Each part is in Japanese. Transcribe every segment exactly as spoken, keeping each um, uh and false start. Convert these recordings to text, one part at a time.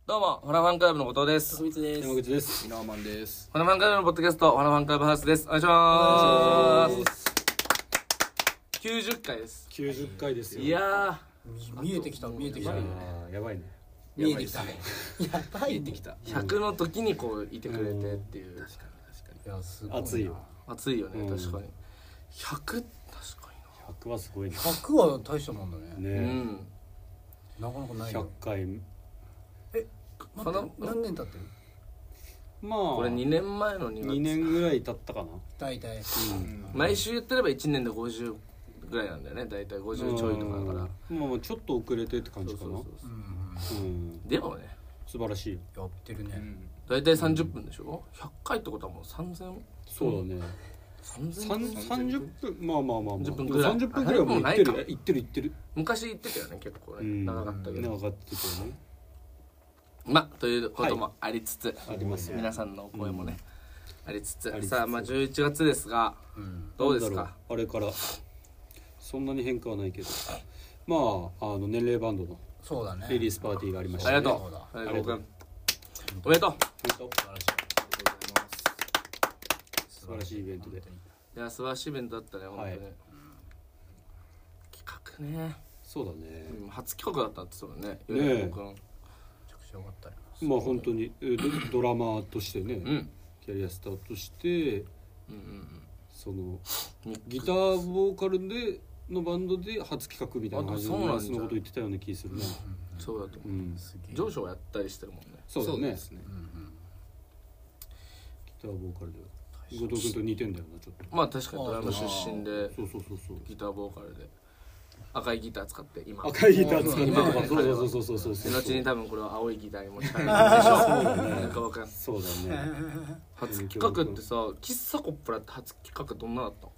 どうも、ファナファンクラブの後藤です。 徳光です。 山口です。 ミナーマンです。 ファナファンクラブのポッドキャスト、ファナファンクラブハウスです。お願いしまーす。きゅうじゅっかいです。 きゅうじゅっかいですよ。 いやー、見えてきた、見えてきた。 あーやばいね。 見えてきたね。やばいね。 きた。 ー、ひゃくの時にこういてくれてっていう。 確かに確かに。 いや、すごいな。 熱いよ。 熱いよね、 うん確かに。ひゃく、確かひゃくはすごいね。 ひゃくは大したもんだね。 にな。うねん。 なかなかないひゃっよ。 かい。 え、待って、何年経ってる？ まあこれにねんまえのにがつ。 にねんぐらい経ったかな。 大体。 毎週言ってればいちねんでごじゅうぐらいなんだよね、だいたいごじゅうちょいとかだから。 まあまあちょっと遅れてって感じかな。 そうそうそううん。 うん。 でもね、 素晴らしいよ。 やってるね。 だいたいさんじゅっぷんでしょ ?ひゃっ 回ってことはもうさんぜん。 そうだね。 さんぜんさんさんじゅっぷんまあまあまあまあ。 さんじゅっぷんぐらいさんじゅっぷんぐらいはもう行ってる行ってる行ってる。 昔言ってたよね、結構ね。 うん。 長かったけど。 長かったけどね。 まあということもありつつ、 ありますよ。 皆さんのお声もね、ありつつありつつさあまあじゅういちがつですが、 うん。 どうですかなんだろうあれからそんなに変化はないけど、まああの年齢バンドのそうだね。 リリースパーティーがありましたね。 ありがとそうだうありがとうくんおめでとう。 素晴らしいイベントで。 いや素晴らしいイベントだったね本当に、 はい企画ね、 そうだね。 うん初企画だったって言ってたもんねねえ米子くん。 めちゃくちゃよかったね。 まあ本当にえードドラマーとしてね、 うんキャリアスタートしてうんうんそのうんギターボーカルでのバンドで初企画みたいな感じあそうなんじゃののこと言ってたような気するね。 そうだと思う、 うん、 すげえ。 上昇やったりしてるもんね。 そうだね。 ですね。 うんうん。 ギターボーカルで後藤君と似てんだよなちょっと。 まあ確かにドラム出身でそうそうそうそう。 ギターボーカルで赤いギター使って今赤いギター使って今とかそうそうそうそうそうそう。 後に多分これは青いギターに持ち替えるんでしょそうだねなんかわかんない。 そうだね。 初企画ってさ喫茶コップラって初企画どんなだったの？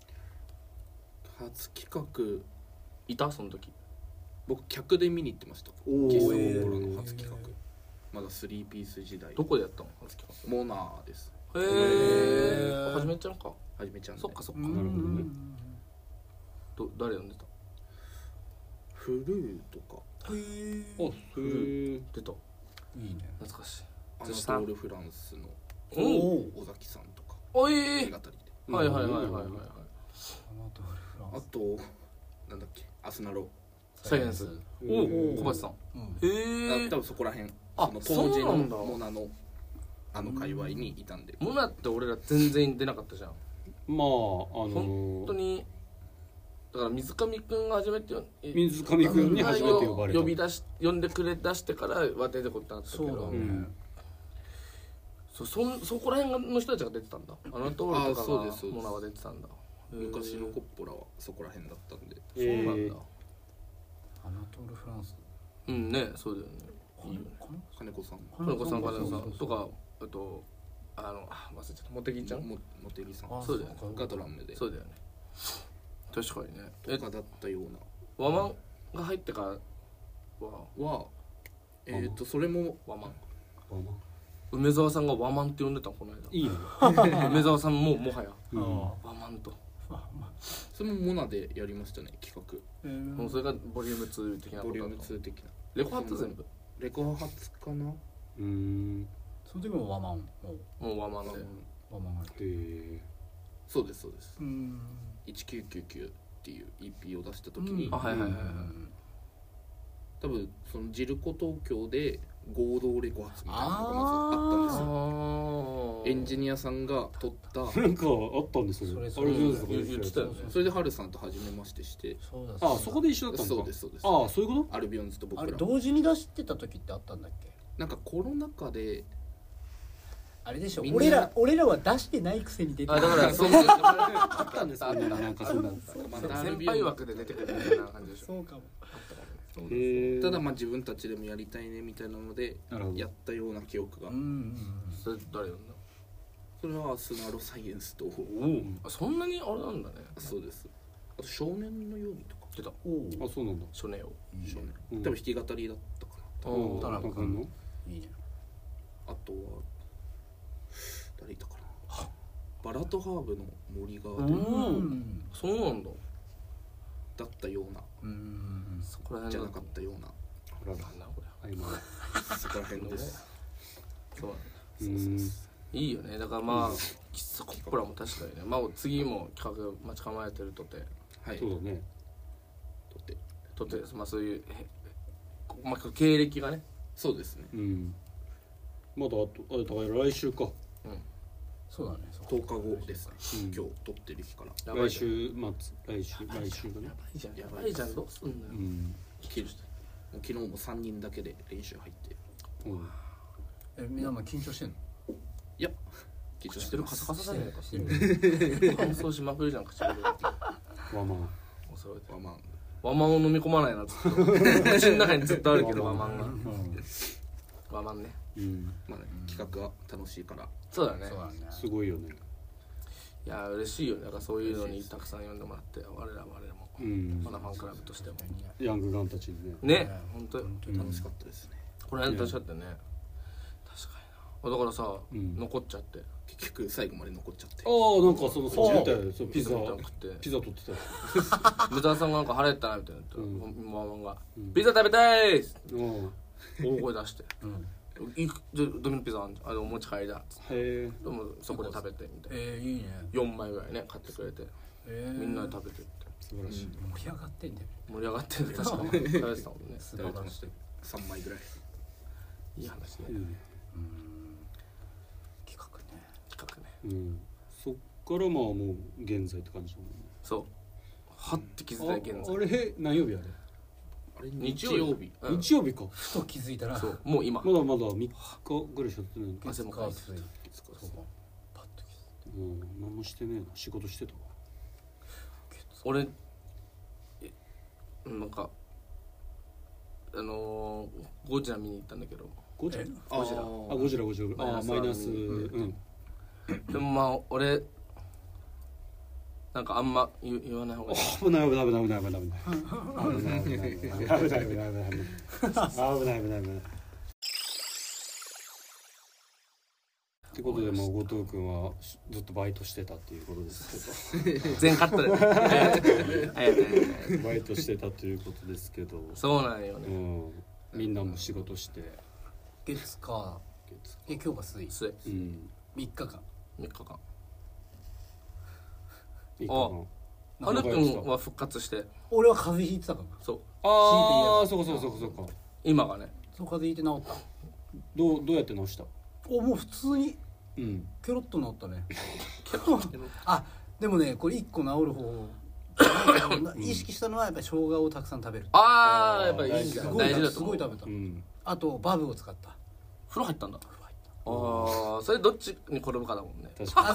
初企画、 いたその時。 僕客で見に行ってました。 おー喫茶コンポラの初企画。まだスリーピース時代。 どこでやったの初企モナーです。 画。へへえーはじめちゃんか。 はじめちゃんで。 そっかそっか。 なるほどね。 ど誰呼んでた？ フルーとかへえ。 あ、へえ。 出た。 いいね。 懐かしい。 アナ寿司さんトールフランスのお尾崎さんとかおい映画たりで。 はいはいはいはいはいはい。 アナトールフランス。 あとなんだっけアスナロ。 サイエンス。おお小林さん。 うん。 へえ。 あ多分そこら辺。 あその当時のそうなんだモナのあの界隈にいたんで。 モナって俺ら全然出なかったじゃん。 まああ本の当にだから水上くんが初めてよ水上くんに初めて呼ばれた。 呼び出し呼んでくれ出してからは出てこなかったけど、 そうだね。 うんそそんそこら辺の人たちが出てたんだ。あのトールとかあそうですそうですがモナは出てたんだ。 昔のへーコッポラはそこら辺だったんで。 そうなんだ。 えーアナトールフランス。 うんねそうだよね。いいよね。 金子さん。 金子さん金子さそうんとかあとあのあ忘れちゃったモテギちゃんももてぎさんあそうだよねがドラムでそうだよね。確かにね。えとかだったようワマンが入ってからはなはえっとそれもワマンまあまあ梅沢さんがワマンって呼んでたのこの間。 いいね。 梅沢さんももはやうんあワマンと。 それもモナでやりましたね企画あ。 もうそれがボリュームツー的なことだとボリュームツー的なレコ発全部レコ発かなうーん。 その時もワマンももうワマンでワマンが。 へえ。 そうですそうですうん。 いちきゅうきゅうきゅうっていう イーピー を出した時にあはいはいはいはい多分そのジルコ東京で合同レコ発みたいなのがまずあったんですよあエンジニアさんが撮ったなんかあったんですよ。 それあれそれ上手とか言ってたよねそれでハルさんと初めましてしてそうだ。 あ、そこで一緒だったんだ。 そうですそうですあ、そういうこアルビオンズと僕あれら同時に出してた時ってあったんだっけ？ なんかコロナ禍であれでしょ。 みんな俺ら俺らは出してないくせに出てあだからそうあったんですよね。なんかそんな。 またアル先ビオンズ輩枠で出てくるみたいな感じでしょ。 そうかも。 へえ。 ただまあ自分たちでもやりたいねみたいなのでなるほどやったような記憶がうんうんそれ誰呼んだ？ それはスナロサイエンスとおおそんなにあれなんだね。 そうですあと少年のようにとか出たうん。おあ、そうなんだ。 初音を少年うん多分弾き語りだったかなお田中君の。 お。いいね。 あとは誰いたかなバラとハーブの森がううんん。 そうなんだ。 だったようなうん。 そこら辺じゃなかったようなあらら。 なんだこれ今そこら辺ですそううーんいいよね。だからまあ喫茶コッポラも確かにね、まあ次も企画待ち構えてるとてはいそうだねとってとてまあそういうへまあ経歴がねそうですねうんまだあとあれだから来週かそうだねそうとおかごですね、 うん今日撮ってる日からやばい来じゃん週末来週来週がねやばいじゃんやばいじゃんどうすんのよ、 うん昨日昨日もさんにんだけで練習入ってうんえみんなも緊張してんのいや緊張知っしててるるカサカサじゃないかしてる乾燥しまくりじゃん唇がワマン恐れてまあまあワマンを飲み込まないなずっと口の中にずっとあるけどワマンがワマンねうんまあね企画が楽しいからそうだねそうだねすごいよねいや嬉しいよねだからそういうのにたくさん呼んでもらって我ら我々もうんマナファンクラブとしてもヤングガンたちにねね本当本当に楽しかったですね、 これ楽しかったよね確かになだからさ、 うん残っちゃって結局最後まで残っちゃってああなんかそのそっちみたいなそうピザピザみたいなの食ってピザ取ってたよブタさんがなんか腹減ったなみたいな言うんってママンがうんピザ食べたいっつってうん大声出してうんいくじゃドミノピザあんじゃんあれお持ち帰りだっつってへえでもそこで食べてみたいなえーいいねよんまいぐらいね買ってくれてえーみんなで食べてって素晴らしい盛り上がってんだよ盛り上がってる確かに食べてたもんね素晴らしいさんまいぐらいいい話ねいいねうん企画ね企画ねうんそっからまあもう現在って感じだもんねそうはって気づいたら現在ああれ何曜日あれあれ日日曜日うん日曜日かふと気づいたらそうもう今まだまだみっかぐらいしか経ってないのか汗もかいてそうそうパッと気づいうん何もしてねえな仕事してたわ俺えなんかあのー、ゴジラ見に行ったんだけどゴジラえゴジラあゴジラゴジラあマイナスううんでもまあ俺なんかあんま言言わない方がいい危ない危ない危ない危ない危ない危ない危ない危ない危ない危ない危ない危ない危ない危ない危ないってことでまあ後藤君はずっとバイトしてたっていうことです全カットでねありがとうけどバイトしてたということですけどそうなんよねうんみんなも仕事して月かえ今日が水末うんみっかかんみっかかんいいかなはるくんは復活して俺は風邪ひいてたからそうああそうかそうかそうかそうか今がねそう風邪ひいて治ったどうどうやって直したおもう普通にうんケロッと治ったねあでもねこれいっこ治る方意識したのはやっぱり生姜をたくさん食べるああやっぱりいいんだすごい大事だとす思うごい食べたうんあとバブを使った風呂入ったんだ風呂入ったああそれどっちに転ぶかだもんね確かあ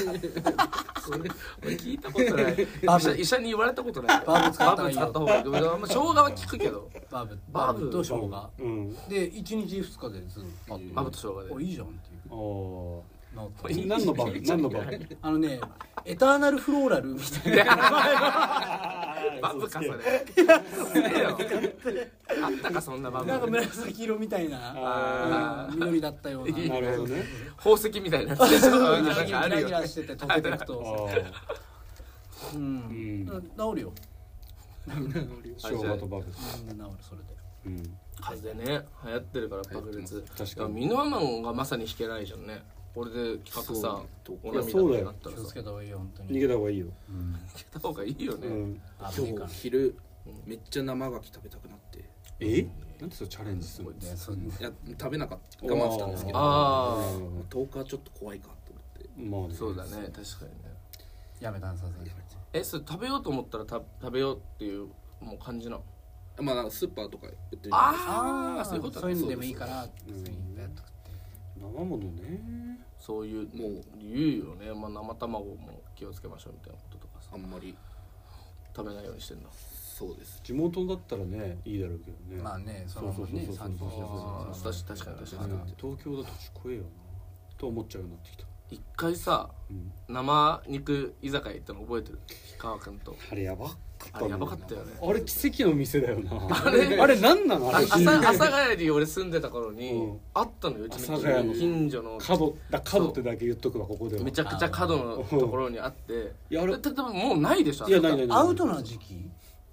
俺聞いたことないバブ医者医者に言われたことないバブ使ったらいいよバブ使った方がいいけどあんま生姜は効くけどバブバブバブと生姜うんでいちにちふつかでずっとあってバブと生姜でおいいじゃんっていうあー治ったいい何のバグ何のバグあのねエターナルフローラルみたいなバブかそれせえよあったかそんなバブなんか紫色みたいなあーうん緑だったようないいなるほどね宝石みたいなやつでしょなんギラギかあるよラギラしてて溶けていくあとーううんん治るよ生姜とバグうん治るそれでうん風邪ね流行ってるから爆裂確かにミノアマンがまさに弾けないじゃんねこれで企画さそうおいや涙になったらさ気をつけた方がいいよ本当逃にげた方がいいよ弾けた方がいいよねうん危ねえから今日昼めっちゃ生牡蠣食べたくなってえなんでそれチャレンジするのねそういや食べなかった我慢したんですけどあとおかはちょっと怖いかと思ってまあねそうだね確かにねやめたんさせえそれ食べようと思ったらた食べようっていうもう感じなのまあなんかスーパーとか売ってるじゃないですかああそういうことそういうのでもねいいからんそういうのやっとくって生ものねそういうもう言うよね、まあ、生卵も気をつけましょうみたいなこととかさあんまり食べないようにしてんだそうです地元だったらねいいだろうけどねまあねそのままねそうそうそうそう産地としてあー確か確かに確かにうん東京だとち怖えよなと思っちゃうようになってきた一回さうん生肉居酒屋行ったの覚えてる氷川君とあれやばかったあれやばかったよねあれ奇跡の店だよなあれあれ何なのあれあ朝阿佐ヶ谷に俺住んでた頃に、 うんあったのようちの阿佐ヶ谷の近所の角だ角ってだけ言っとくわここではめちゃくちゃ角のところにあっていやあれた多分もうないでしょいやないないないアウトな時期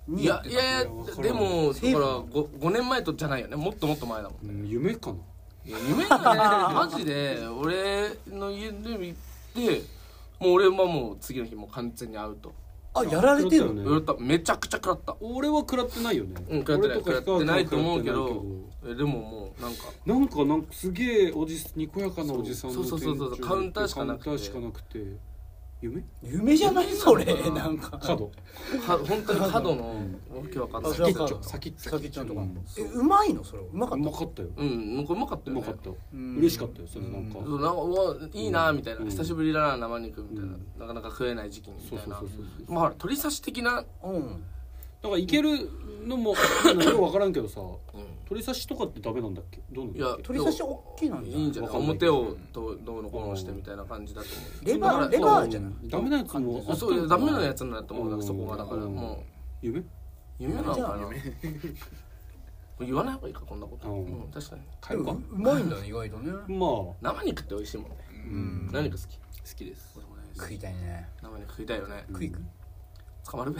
にいやいやいやいやわからんでもだからセーフなのご, ごねんまえとじゃないよねもっともっと前だもんうん夢かな。 いや夢がねマジで俺の家で行ってもう俺はもう次の日もう完全にアウトあやられてるの食らったよね言われためちゃくちゃ食らった俺は食らってないよね。 うん食らってない俺とか食らってないと思うけど食らってないえでももうなんかけどなんかなんかすげえおじにこやかなおじさんのそうそうそうそう店長カウンターしかなくてカウンターしかなくて夢夢じゃないそれなんか角か本当に角のわけわかんないあそれは先っちょ先っちょのとこうんえうまいのそれうまかうったまかったようんなんかうまかったよねうまかったうん嬉しかったよそれなんかそうなんかうわいいなみたいな、 うん久しぶりだな生肉みたいな、 うんなかなか食えない時期にみたいなそうそうそうそうまあ鶏刺し的な、 うんだからいけるのもよく分からんけどさうん鶏刺しとかってダメなんだっけどうなんいやだっけ鶏刺し大きいなんじゃいいんじゃないわかんない表をどうどうのこうのしてみたいな感じだと思うレバーだからレバーじゃないダメなやつもあったそうのかなダメなやつなんだと思うだからそこがだからうんも夢う夢なのかな夢言わない方がいいかこんなこと、 ううんん、確かに買えるかうまいんだね意外とねまあ生肉って美味しいもんね、 うん何が好き好きです俺もね食いたいね生肉食いたいよね、 食いく捕まるべ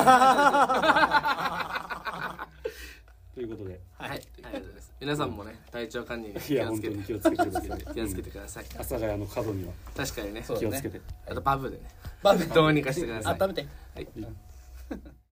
ということではい、ありがとうございます皆さんもね体調管理にい気をつけてや本当に気をつけてください気をつけてください、 阿佐ヶ谷の角には確かにねそう気をつけてあとバブでねバブどうにかしてください温めてはい